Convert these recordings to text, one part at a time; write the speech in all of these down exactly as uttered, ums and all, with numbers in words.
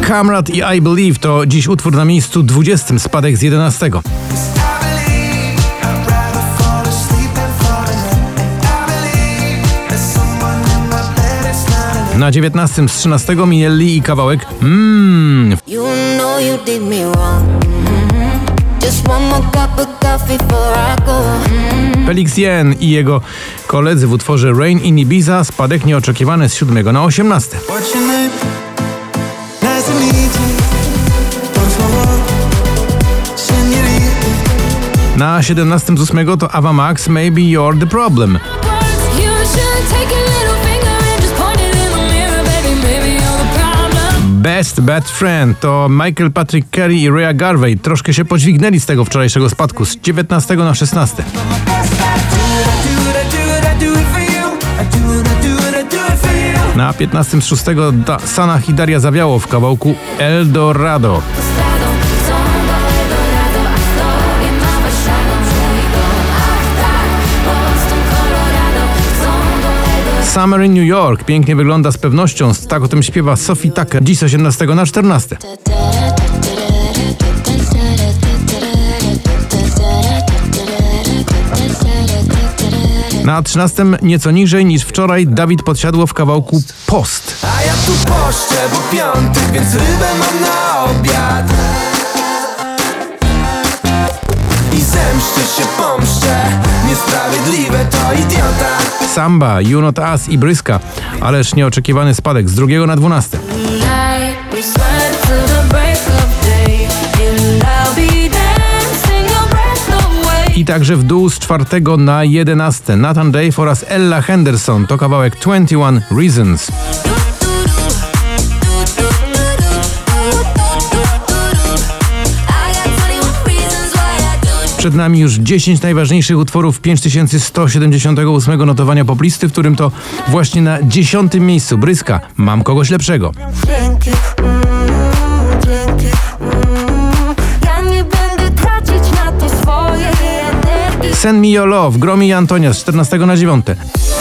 Kamrat i I Believe to dziś utwór na miejscu dwudziestym, spadek z jedenastego. Na dziewiętnastym z trzynastego Minelli i kawałek Mmm. Felix Jen i jego koledzy w utworze Rain in Ibiza, spadek nieoczekiwany z siódmego na osiemnasty. Na siedemnastym z ósmego to Ava Max, Maybe You're the Problem. Best Bad Friend to Michael Patrick Carey i Rhea Garvey. Troszkę się podźwignęli z tego wczorajszego spadku z dziewiętnastego na szesnasty. Na piętnastym z szóstego da Sanach i Daria Zawiało w kawałku Eldorado. Summer in New York pięknie wygląda z pewnością, tak o tym śpiewa Sophie Tucker, dziś z osiemnastego na czternasty. Na trzynastym nieco niżej niż wczoraj Dawid Podsiadło w kawałku Post. A ja tu poszczę, bo piątek, więc rybę mam na obiad. I zemszczę się, pomszczę, niesprawiedliwe to idiota. Samba, You Not Us i Bryska, ależ nieoczekiwany spadek z drugiego na dwunasty. I także w dół z czwartego na jedenasty. Nathan Dave oraz Ella Henderson to kawałek dwadzieścia jeden Reasons. Przed nami już dziesięć najważniejszych utworów pięć tysięcy sto siedemdziesiątego ósmego notowania poplisty, w którym to właśnie na dziesiątym miejscu Bryska, Mam kogoś lepszego. Send Me Your Love, Gromi i Antonia z czternastego na dziewiąte.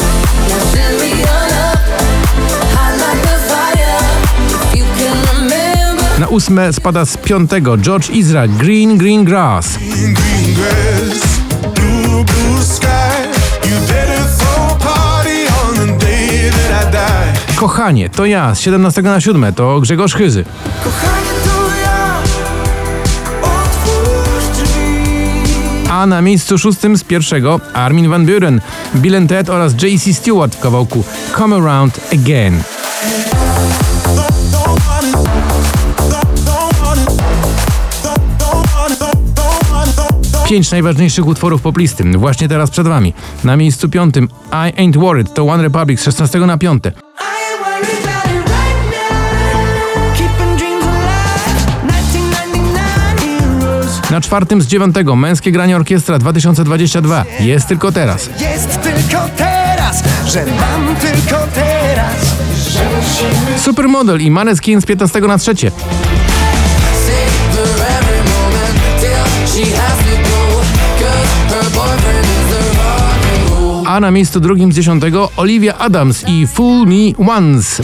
Na ósme spada z piątego George Ezra, Green Green Grass. Kochanie, to ja z siedemnastego na siódme, to Grzegorz Chyzy. A na miejscu szóstym z pierwszego Armin van Buuren, Bill and Ted oraz J C Stewart w kawałku Come Around Again. Pięć najważniejszych utworów poplisty właśnie teraz przed wami. Na miejscu piątym I Ain't Worried to One Republic z szesnastego na piąte. Na czwartym z dziewiątego Męskie granie orkiestra dwa tysiące dwadzieścia dwa. Jest tylko teraz. Jest tylko teraz, że mam tylko teraz. Supermodel i Maneskin z piętnastego na trzecie. A na miejscu drugim z dziesiątego Olivia Adams i Fool Me Once.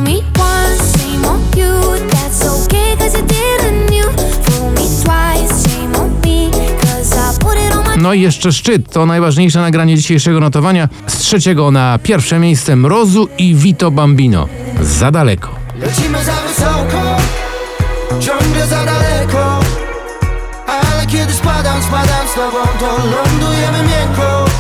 No i jeszcze szczyt, to najważniejsze nagranie dzisiejszego notowania. Z trzeciego na pierwsze miejsce Mrozu i Vito Bambino. Za daleko. Lecimy za wysoko, ciągle za daleko, ale kiedy spadam, spadam z tobą, to lądujemy miękko.